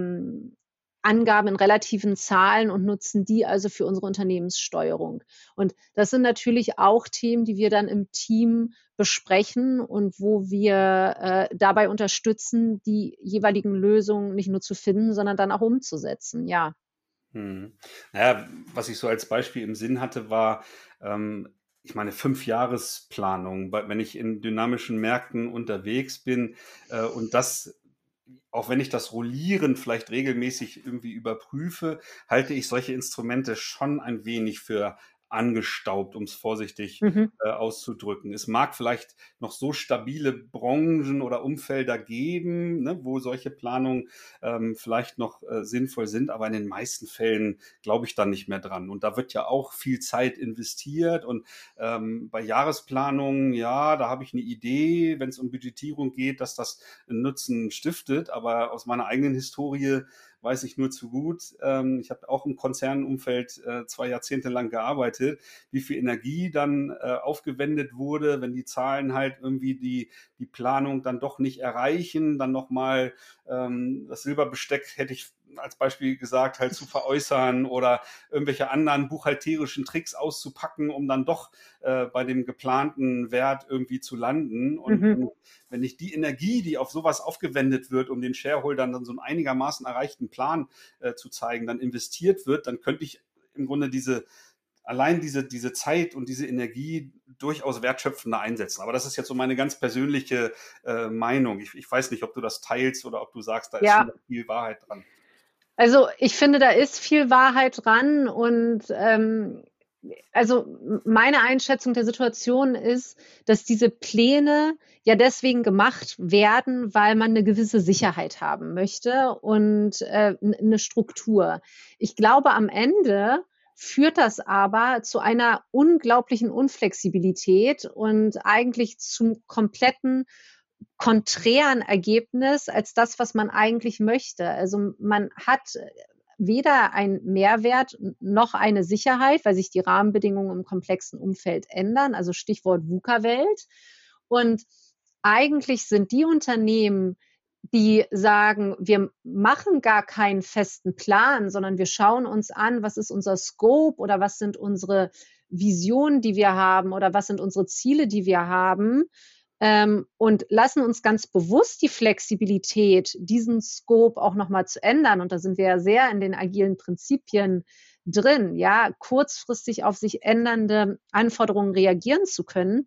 Angaben, in relativen Zahlen und nutzen die also für unsere Unternehmenssteuerung? Und das sind natürlich auch Themen, die wir dann im Team besprechen und wo wir dabei unterstützen, die jeweiligen Lösungen nicht nur zu finden, sondern dann auch umzusetzen. Ja. Naja, was ich so als Beispiel im Sinn hatte, war, ich meine, 5-Jahresplanung, wenn ich in dynamischen Märkten unterwegs bin und das, auch wenn ich das Rollieren vielleicht regelmäßig irgendwie überprüfe, halte ich solche Instrumente schon ein wenig für angestaubt, um es vorsichtig auszudrücken. Es mag vielleicht noch so stabile Branchen oder Umfelder geben, ne, wo solche Planungen vielleicht noch sinnvoll sind, aber in den meisten Fällen glaube ich dann nicht mehr dran. Und da wird ja auch viel Zeit investiert und bei Jahresplanungen, ja, da habe ich eine Idee, wenn es um Budgetierung geht, dass das einen Nutzen stiftet, aber aus meiner eigenen Historie weiß ich nur zu gut. Ich habe auch im Konzernumfeld 2 Jahrzehnte lang gearbeitet, wie viel Energie dann aufgewendet wurde, wenn die Zahlen halt irgendwie die Planung dann doch nicht erreichen, dann nochmal das Silberbesteck, hätte ich als Beispiel gesagt, halt zu veräußern oder irgendwelche anderen buchhalterischen Tricks auszupacken, um dann doch bei dem geplanten Wert irgendwie zu landen. Und wenn nicht die Energie, die auf sowas aufgewendet wird, um den Shareholdern dann so einen einigermaßen erreichten Plan zu zeigen, dann investiert wird, dann könnte ich im Grunde diese Zeit und diese Energie durchaus wertschöpfender einsetzen. Aber das ist jetzt so meine ganz persönliche Meinung. Ich weiß nicht, ob du das teilst oder ob du sagst, da ist schon viel Wahrheit dran. Also ich finde, da ist viel Wahrheit dran und also meine Einschätzung der Situation ist, dass diese Pläne ja deswegen gemacht werden, weil man eine gewisse Sicherheit haben möchte und eine Struktur. Ich glaube, am Ende führt das aber zu einer unglaublichen Unflexibilität und eigentlich zum kompletten konträren Ergebnis als das, was man eigentlich möchte. Also man hat weder einen Mehrwert noch eine Sicherheit, weil sich die Rahmenbedingungen im komplexen Umfeld ändern, also Stichwort VUCA-Welt. Und eigentlich sind die Unternehmen, die sagen, wir machen gar keinen festen Plan, sondern wir schauen uns an, was ist unser Scope oder was sind unsere Visionen, die wir haben oder was sind unsere Ziele, die wir haben, und lassen uns ganz bewusst die Flexibilität, diesen Scope auch nochmal zu ändern. Und da sind wir ja sehr in den agilen Prinzipien drin, ja, kurzfristig auf sich ändernde Anforderungen reagieren zu können.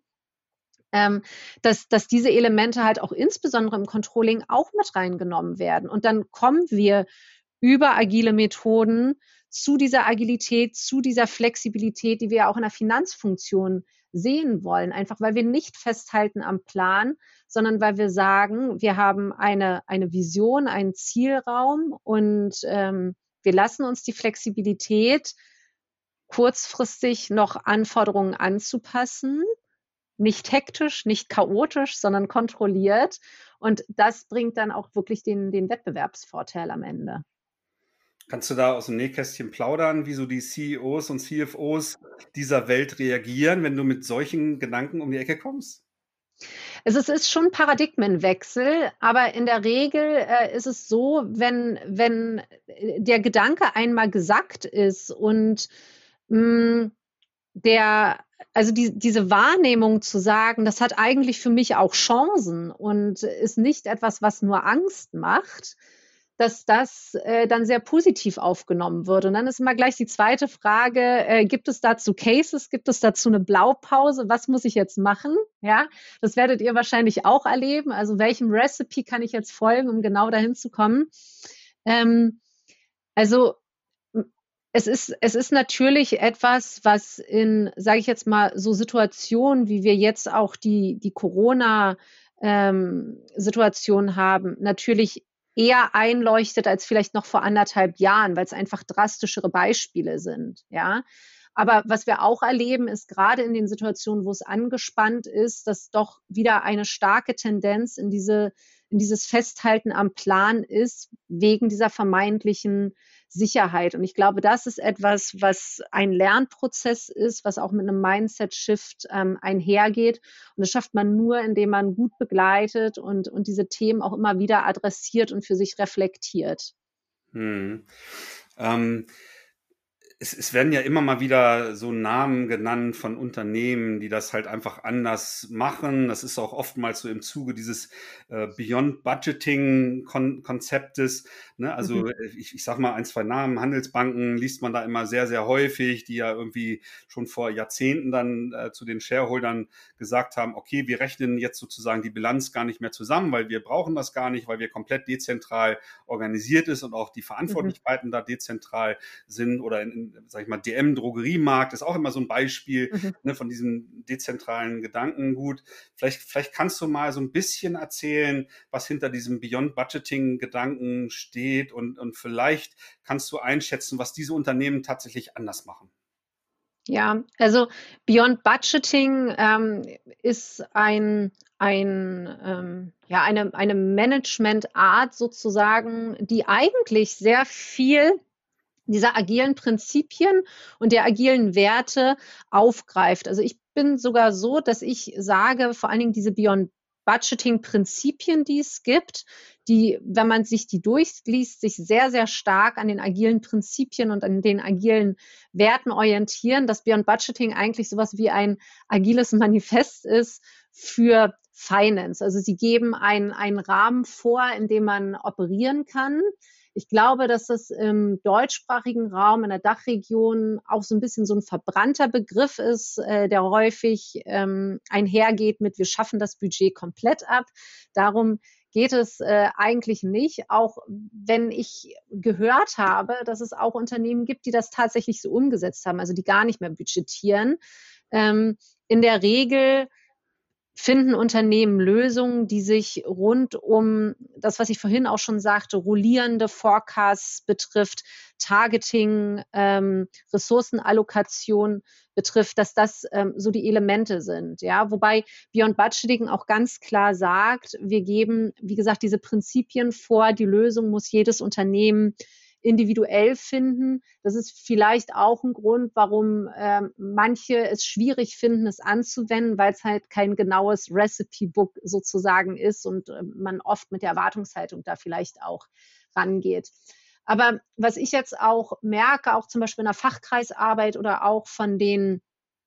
Dass diese Elemente halt auch insbesondere im Controlling auch mit reingenommen werden. Und dann kommen wir über agile Methoden zu dieser Agilität, zu dieser Flexibilität, die wir ja auch in der Finanzfunktion sehen wollen. Einfach weil wir nicht festhalten am Plan, sondern weil wir sagen, wir haben eine Vision, einen Zielraum und wir lassen uns die Flexibilität, kurzfristig noch Anforderungen anzupassen, nicht hektisch, nicht chaotisch, sondern kontrolliert. Und das bringt dann auch wirklich den Wettbewerbsvorteil am Ende. Kannst du da aus dem Nähkästchen plaudern, wie so die CEOs und CFOs dieser Welt reagieren, wenn du mit solchen Gedanken um die Ecke kommst? Also es ist schon ein Paradigmenwechsel, aber in der Regel ist es so, wenn der Gedanke einmal gesackt ist und diese Wahrnehmung zu sagen, das hat eigentlich für mich auch Chancen und ist nicht etwas, was nur Angst macht, dass das dann sehr positiv aufgenommen wird. Und dann ist immer gleich die zweite Frage, gibt es dazu Cases, gibt es dazu eine Blaupause, was muss ich jetzt machen? Ja, das werdet ihr wahrscheinlich auch erleben. Also welchem Recipe kann ich jetzt folgen, um genau dahin zu kommen? Also es ist natürlich etwas, was in, sage ich jetzt mal, so Situationen, wie wir jetzt auch die Corona-Situation haben, natürlich eher einleuchtet als vielleicht noch vor 1,5 Jahren, weil es einfach drastischere Beispiele sind, ja. Aber was wir auch erleben, ist gerade in den Situationen, wo es angespannt ist, dass doch wieder eine starke Tendenz in dieses Festhalten am Plan ist, wegen dieser vermeintlichen Sicherheit. Und ich glaube, das ist etwas, was ein Lernprozess ist, was auch mit einem Mindset-Shift einhergeht. Und das schafft man nur, indem man gut begleitet und diese Themen auch immer wieder adressiert und für sich reflektiert. Es werden ja immer mal wieder so Namen genannt von Unternehmen, die das halt einfach anders machen. Das ist auch oftmals so im Zuge dieses Beyond Budgeting-Konzeptes. Ne? Also ich sag mal 1, 2 Namen, Handelsbanken liest man da immer sehr, sehr häufig, die ja irgendwie schon vor Jahrzehnten dann zu den Shareholdern gesagt haben, okay, wir rechnen jetzt sozusagen die Bilanz gar nicht mehr zusammen, weil wir brauchen das gar nicht, weil wir komplett dezentral organisiert ist und auch die Verantwortlichkeiten da dezentral sind oder sag ich mal, DM, Drogeriemarkt ist auch immer so ein Beispiel ne, von diesem dezentralen Gedankengut. Vielleicht kannst du mal so ein bisschen erzählen, was hinter diesem Beyond Budgeting-Gedanken steht und vielleicht kannst du einschätzen, was diese Unternehmen tatsächlich anders machen. Ja, also Beyond Budgeting ist eine Managementart sozusagen, die eigentlich sehr viel dieser agilen Prinzipien und der agilen Werte aufgreift. Also ich bin sogar so, dass ich sage, vor allen Dingen diese Beyond Budgeting-Prinzipien, die es gibt, die, wenn man sich die durchliest, sich sehr, sehr stark an den agilen Prinzipien und an den agilen Werten orientieren, dass Beyond Budgeting eigentlich sowas wie ein agiles Manifest ist für Finance. Also sie geben einen Rahmen vor, in dem man operieren kann. Ich glaube, dass das im deutschsprachigen Raum, in der Dachregion auch so ein bisschen so ein verbrannter Begriff ist, der häufig einhergeht mit, wir schaffen das Budget komplett ab. Darum geht es eigentlich nicht, auch wenn ich gehört habe, dass es auch Unternehmen gibt, die das tatsächlich so umgesetzt haben, also die gar nicht mehr budgetieren. In der Regel finden Unternehmen Lösungen, die sich rund um das, was ich vorhin auch schon sagte, rollierende Forecasts betrifft, Targeting, Ressourcenallokation betrifft, dass das so die Elemente sind. Ja, wobei Beyond Budgeting auch ganz klar sagt, wir geben, wie gesagt, diese Prinzipien vor, die Lösung muss jedes Unternehmen individuell finden. Das ist vielleicht auch ein Grund, warum manche es schwierig finden, es anzuwenden, weil es halt kein genaues Recipe-Book sozusagen ist und man oft mit der Erwartungshaltung da vielleicht auch rangeht. Aber was ich jetzt auch merke, auch zum Beispiel in der Fachkreisarbeit oder auch von den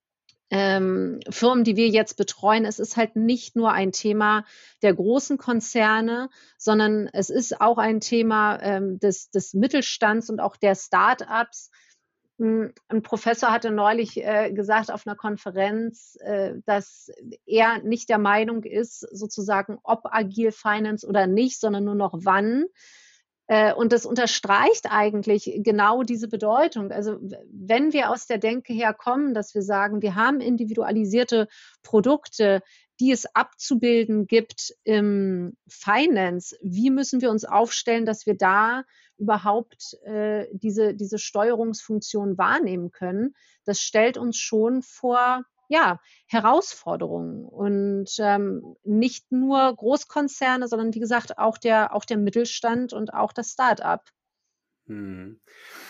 Firmen, die wir jetzt betreuen, es ist halt nicht nur ein Thema der großen Konzerne, sondern es ist auch ein Thema des Mittelstands und auch der Start-ups. Ein Professor hatte neulich gesagt auf einer Konferenz, dass er nicht der Meinung ist, sozusagen, ob Agile Finance oder nicht, sondern nur noch wann. Und das unterstreicht eigentlich genau diese Bedeutung. Also wenn wir aus der Denke herkommen, dass wir sagen, wir haben individualisierte Produkte, die es abzubilden gibt im Finance, wie müssen wir uns aufstellen, dass wir da überhaupt diese Steuerungsfunktion wahrnehmen können? Das stellt uns schon vor, ja, Herausforderungen und nicht nur Großkonzerne, sondern wie gesagt auch der Mittelstand und auch das Start-up. Hm.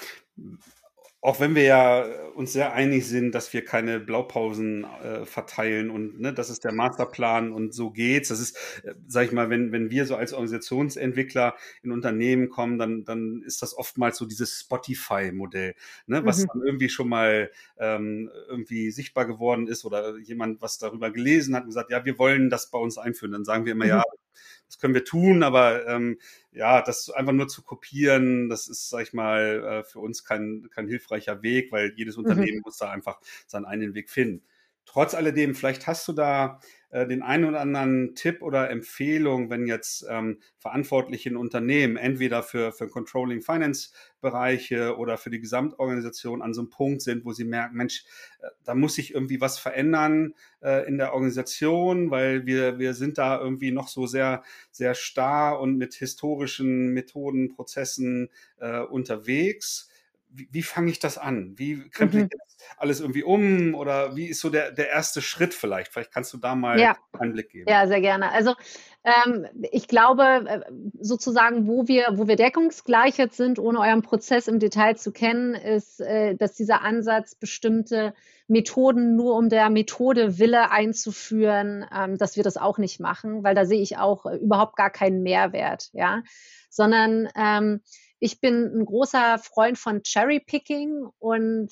Auch wenn wir ja uns sehr einig sind, dass wir keine Blaupausen verteilen und ne, das ist der Masterplan und so geht's. Das ist, sag ich mal, wenn wir so als Organisationsentwickler in Unternehmen kommen, dann ist das oftmals so dieses Spotify-Modell, ne, was dann irgendwie schon mal irgendwie sichtbar geworden ist oder jemand was darüber gelesen hat und gesagt, ja, wir wollen das bei uns einführen. Dann sagen wir immer, ja, das können wir tun, aber ja, das einfach nur zu kopieren, das ist, sag ich mal, für uns kein hilfreicher Weg, weil jedes Unternehmen muss da einfach seinen eigenen Weg finden. Trotz alledem, vielleicht hast du da den einen oder anderen Tipp oder Empfehlung, wenn jetzt Verantwortliche in Unternehmen entweder für Controlling Finance Bereiche oder für die Gesamtorganisation an so einem Punkt sind, wo sie merken, Mensch, da muss sich irgendwie was verändern in der Organisation, weil wir sind da irgendwie noch so sehr, sehr starr und mit historischen Methoden, Prozessen unterwegs. Wie fange ich das an? Wie krempel ich jetzt alles irgendwie um? Oder wie ist so der erste Schritt vielleicht? Vielleicht kannst du da mal einen Blick geben. Ja, sehr gerne. Also ich glaube, sozusagen, wo wir deckungsgleich jetzt sind, ohne euren Prozess im Detail zu kennen, ist, dass dieser Ansatz, bestimmte Methoden nur um der Methode Wille einzuführen, dass wir das auch nicht machen, weil da sehe ich auch überhaupt gar keinen Mehrwert, ja, sondern ich bin ein großer Freund von Cherry-Picking und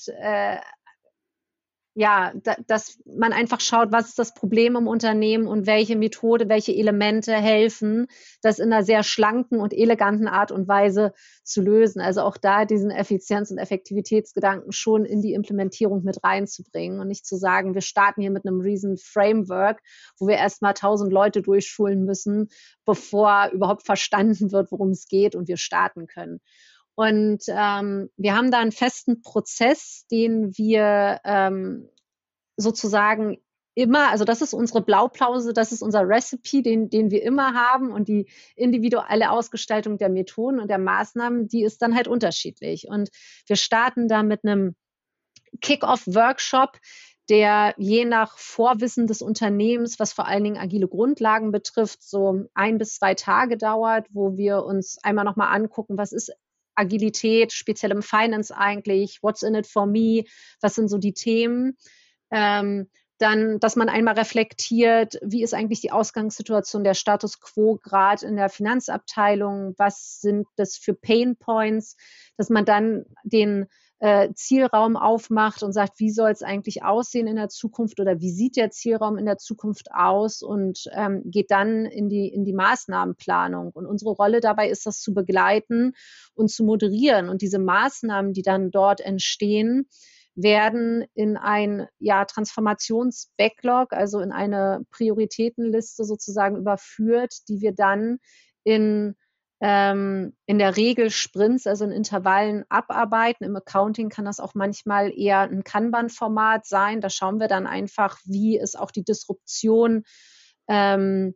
ja, dass man einfach schaut, was ist das Problem im Unternehmen und welche Methode, welche Elemente helfen, das in einer sehr schlanken und eleganten Art und Weise zu lösen. Also auch da diesen Effizienz- und Effektivitätsgedanken schon in die Implementierung mit reinzubringen und nicht zu sagen, wir starten hier mit einem riesen Framework, wo wir erstmal 1000 Leute durchschulen müssen, bevor überhaupt verstanden wird, worum es geht und wir starten können. Und wir haben da einen festen Prozess, den wir sozusagen immer, also das ist unsere Blaupause, das ist unser Recipe, den wir immer haben, und die individuelle Ausgestaltung der Methoden und der Maßnahmen, die ist dann halt unterschiedlich. Und wir starten da mit einem Kick-Off-Workshop, der je nach Vorwissen des Unternehmens, was vor allen Dingen agile Grundlagen betrifft, so 1 bis 2 Tage dauert, wo wir uns einmal nochmal angucken, was ist Agilität, speziell im Finance eigentlich, what's in it for me, was sind so die Themen. Dann, dass man einmal reflektiert, wie ist eigentlich die Ausgangssituation, der Status quo gerade in der Finanzabteilung, was sind das für Pain Points, dass man dann den Zielraum aufmacht und sagt, wie soll es eigentlich aussehen in der Zukunft oder wie sieht der Zielraum in der Zukunft aus, und geht dann in die Maßnahmenplanung. Und unsere Rolle dabei ist, das zu begleiten und zu moderieren. Und diese Maßnahmen, die dann dort entstehen, werden in ein Transformations-Backlog, also in eine Prioritätenliste sozusagen überführt, die wir dann in der Regel Sprints, also in Intervallen abarbeiten. Im Accounting kann das auch manchmal eher ein Kanban-Format sein. Da schauen wir dann einfach, wie ist auch die Disruption im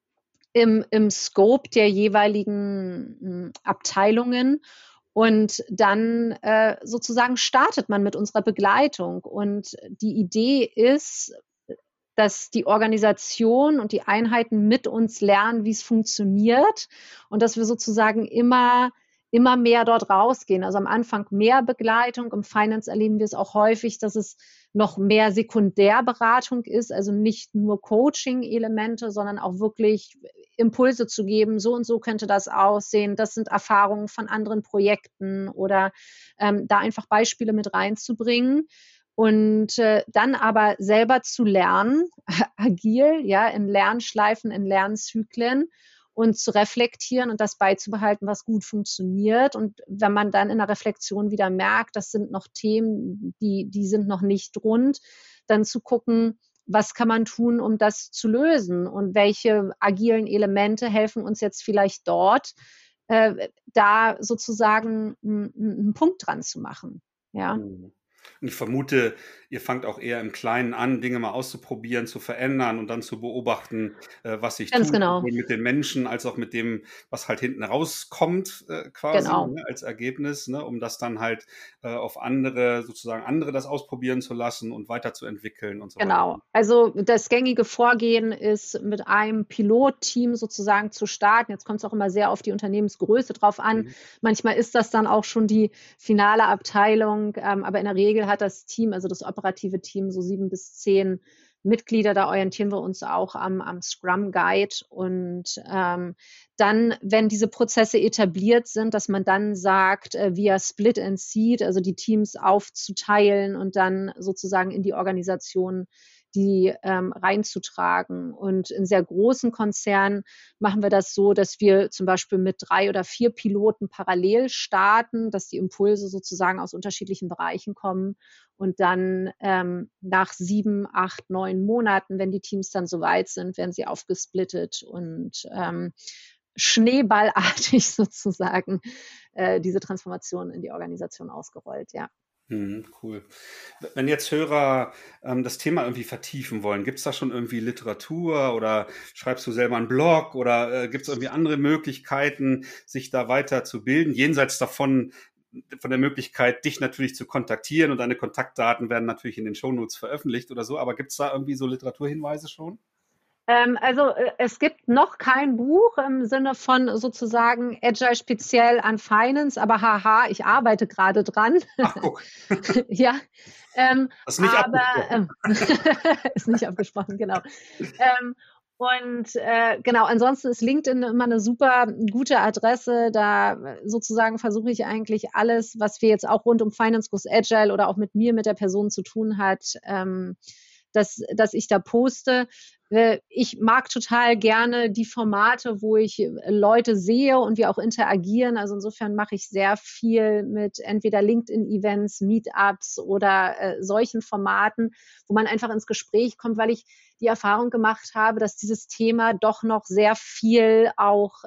Scope der jeweiligen Abteilungen. Und dann sozusagen startet man mit unserer Begleitung. Und die Idee ist, dass die Organisation und die Einheiten mit uns lernen, wie es funktioniert, und dass wir sozusagen immer mehr dort rausgehen. Also am Anfang mehr Begleitung. Im Finance erleben wir es auch häufig, dass es noch mehr Sekundärberatung ist, also nicht nur Coaching-Elemente, sondern auch wirklich Impulse zu geben, so und so könnte das aussehen, das sind Erfahrungen von anderen Projekten, oder da einfach Beispiele mit reinzubringen. Und dann aber selber zu lernen, agil, ja, in Lernschleifen, in Lernzyklen und zu reflektieren und das beizubehalten, was gut funktioniert. Und wenn man dann in der Reflexion wieder merkt, das sind noch Themen, die sind noch nicht rund, dann zu gucken, was kann man tun, um das zu lösen und welche agilen Elemente helfen uns jetzt vielleicht dort, da sozusagen einen Punkt dran zu machen. Ja. Und ich vermute, ihr fangt auch eher im Kleinen an, Dinge mal auszuprobieren, zu verändern und dann zu beobachten, was sich Ganz tut, genau. sowohl mit den Menschen als auch mit dem, was halt hinten rauskommt, quasi, Genau. ne, als Ergebnis, ne, um das dann halt auf andere, sozusagen andere das ausprobieren zu lassen und weiterzuentwickeln und so weiter. Genau. Also das gängige Vorgehen ist, mit einem Pilotteam sozusagen zu starten. Jetzt kommt es auch immer sehr auf die Unternehmensgröße drauf an. Manchmal ist das dann auch schon die finale Abteilung, aber in der Regel hat das Team, also das operative Team, so 7 bis 10 Mitglieder. Da orientieren wir uns auch am Scrum Guide. Und dann, wenn diese Prozesse etabliert sind, dass man dann sagt, via Split and Seed, also die Teams aufzuteilen und dann sozusagen in die Organisation die reinzutragen. Und in sehr großen Konzernen machen wir das so, dass wir zum Beispiel mit 3 oder 4 Piloten parallel starten, dass die Impulse sozusagen aus unterschiedlichen Bereichen kommen und dann nach 7, 8, 9 Monaten, wenn die Teams dann soweit sind, werden sie aufgesplittet und schneeballartig sozusagen diese Transformation in die Organisation ausgerollt, ja. Cool. Wenn jetzt Hörer das Thema irgendwie vertiefen wollen, gibt es da schon irgendwie Literatur oder schreibst du selber einen Blog oder gibt es irgendwie andere Möglichkeiten, sich da weiter zu bilden, jenseits davon, von der Möglichkeit, dich natürlich zu kontaktieren und deine Kontaktdaten werden natürlich in den Shownotes veröffentlicht oder so, aber gibt es da irgendwie so Literaturhinweise schon? Also es gibt noch kein Buch im Sinne von sozusagen Agile speziell an Finance, aber haha, ich arbeite gerade dran. Ach, guck. Ja, Das ist nicht aber ist nicht abgesprochen, genau. Genau, ansonsten ist LinkedIn immer eine super gute Adresse. Da sozusagen versuche ich eigentlich alles, was wir jetzt auch rund um Finance Goes Agile oder auch mit mir, mit der Person zu tun hat, dass ich da poste. Ich mag total gerne die Formate, wo ich Leute sehe und wir auch interagieren. Also insofern mache ich sehr viel mit entweder LinkedIn-Events, Meetups oder solchen Formaten, wo man einfach ins Gespräch kommt, weil ich die Erfahrung gemacht habe, dass dieses Thema doch noch sehr viel auch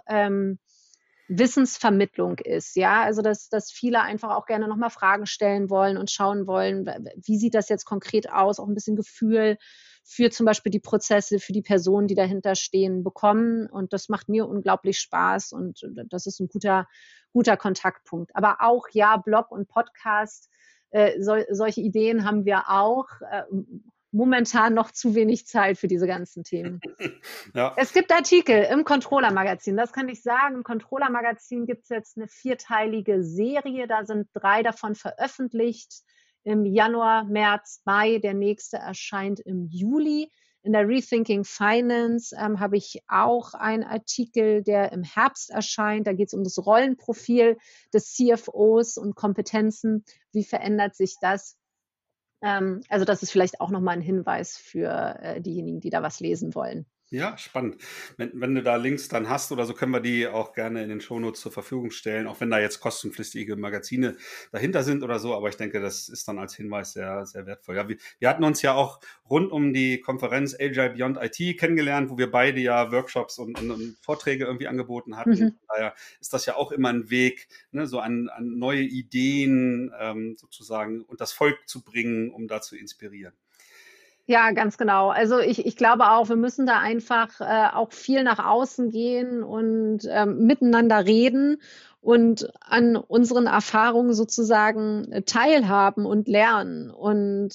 Wissensvermittlung ist, ja, also dass viele einfach auch gerne nochmal Fragen stellen wollen und schauen wollen, wie sieht das jetzt konkret aus, auch ein bisschen Gefühl für zum Beispiel die Prozesse, für die Personen, die dahinter stehen, bekommen. Und das macht mir unglaublich Spaß und das ist ein guter Kontaktpunkt. Aber auch, ja, Blog und Podcast, solche Ideen haben wir auch. Momentan noch zu wenig Zeit für diese ganzen Themen. Ja. Es gibt Artikel im Controller-Magazin, das kann ich sagen. Im Controller-Magazin gibt es jetzt eine 4-teilige Serie, da sind 3 davon veröffentlicht im Januar, März, Mai. Der nächste erscheint im Juli. In der Rethinking Finance habe ich auch einen Artikel, der im Herbst erscheint. Da geht es um das Rollenprofil des CFOs und Kompetenzen. Wie verändert sich das? Also das ist vielleicht auch nochmal ein Hinweis für diejenigen, die da was lesen wollen. Ja, spannend. Wenn du da Links dann hast oder so, können wir die auch gerne in den Shownotes zur Verfügung stellen, auch wenn da jetzt kostenpflichtige Magazine dahinter sind oder so. Aber ich denke, das ist dann als Hinweis sehr, sehr wertvoll. Ja, wir hatten uns ja auch rund um die Konferenz Agile Beyond IT kennengelernt, wo wir beide ja Workshops und Vorträge irgendwie angeboten hatten. Von daher ist das ja auch immer ein Weg, ne, so an neue Ideen sozusagen und das Volk zu bringen, um da zu inspirieren. Ja, ganz genau. Also ich glaube auch, wir müssen da einfach auch viel nach außen gehen und miteinander reden und an unseren Erfahrungen sozusagen teilhaben und lernen. Und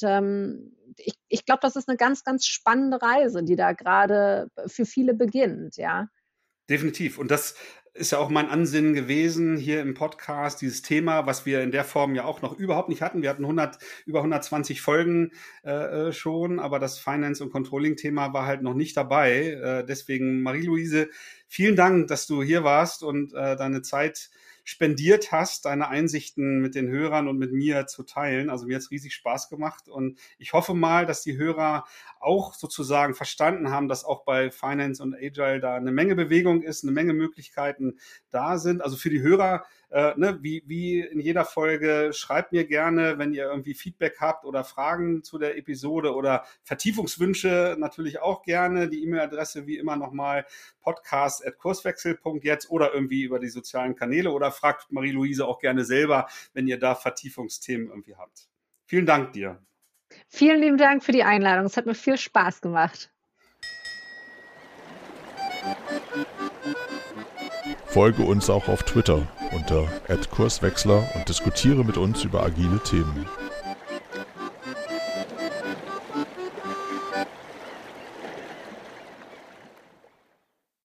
ich glaube, das ist eine ganz, ganz spannende Reise, die da gerade für viele beginnt, ja. Definitiv. Und das ist ja auch mein Ansinnen gewesen hier im Podcast, dieses Thema, was wir in der Form ja auch noch überhaupt nicht hatten. Wir hatten über 120 Folgen schon, aber das Finance- und Controlling-Thema war halt noch nicht dabei. Deswegen, Marie-Louise, vielen Dank, dass du hier warst und deine Zeit spendiert hast, deine Einsichten mit den Hörern und mit mir zu teilen. Also mir hat es riesig Spaß gemacht und ich hoffe mal, dass die Hörer auch sozusagen verstanden haben, dass auch bei Finance und Agile da eine Menge Bewegung ist, eine Menge Möglichkeiten da sind. Also für die Hörer, wie in jeder Folge, schreibt mir gerne, wenn ihr irgendwie Feedback habt oder Fragen zu der Episode oder Vertiefungswünsche natürlich auch gerne. Die E-Mail-Adresse wie immer nochmal podcast@kurswechsel.jetzt oder irgendwie über die sozialen Kanäle oder fragt Marie-Louise auch gerne selber, wenn ihr da Vertiefungsthemen irgendwie habt. Vielen Dank dir. Vielen lieben Dank für die Einladung. Es hat mir viel Spaß gemacht. Folge uns auch auf Twitter unter @Kurswechsler und diskutiere mit uns über agile Themen.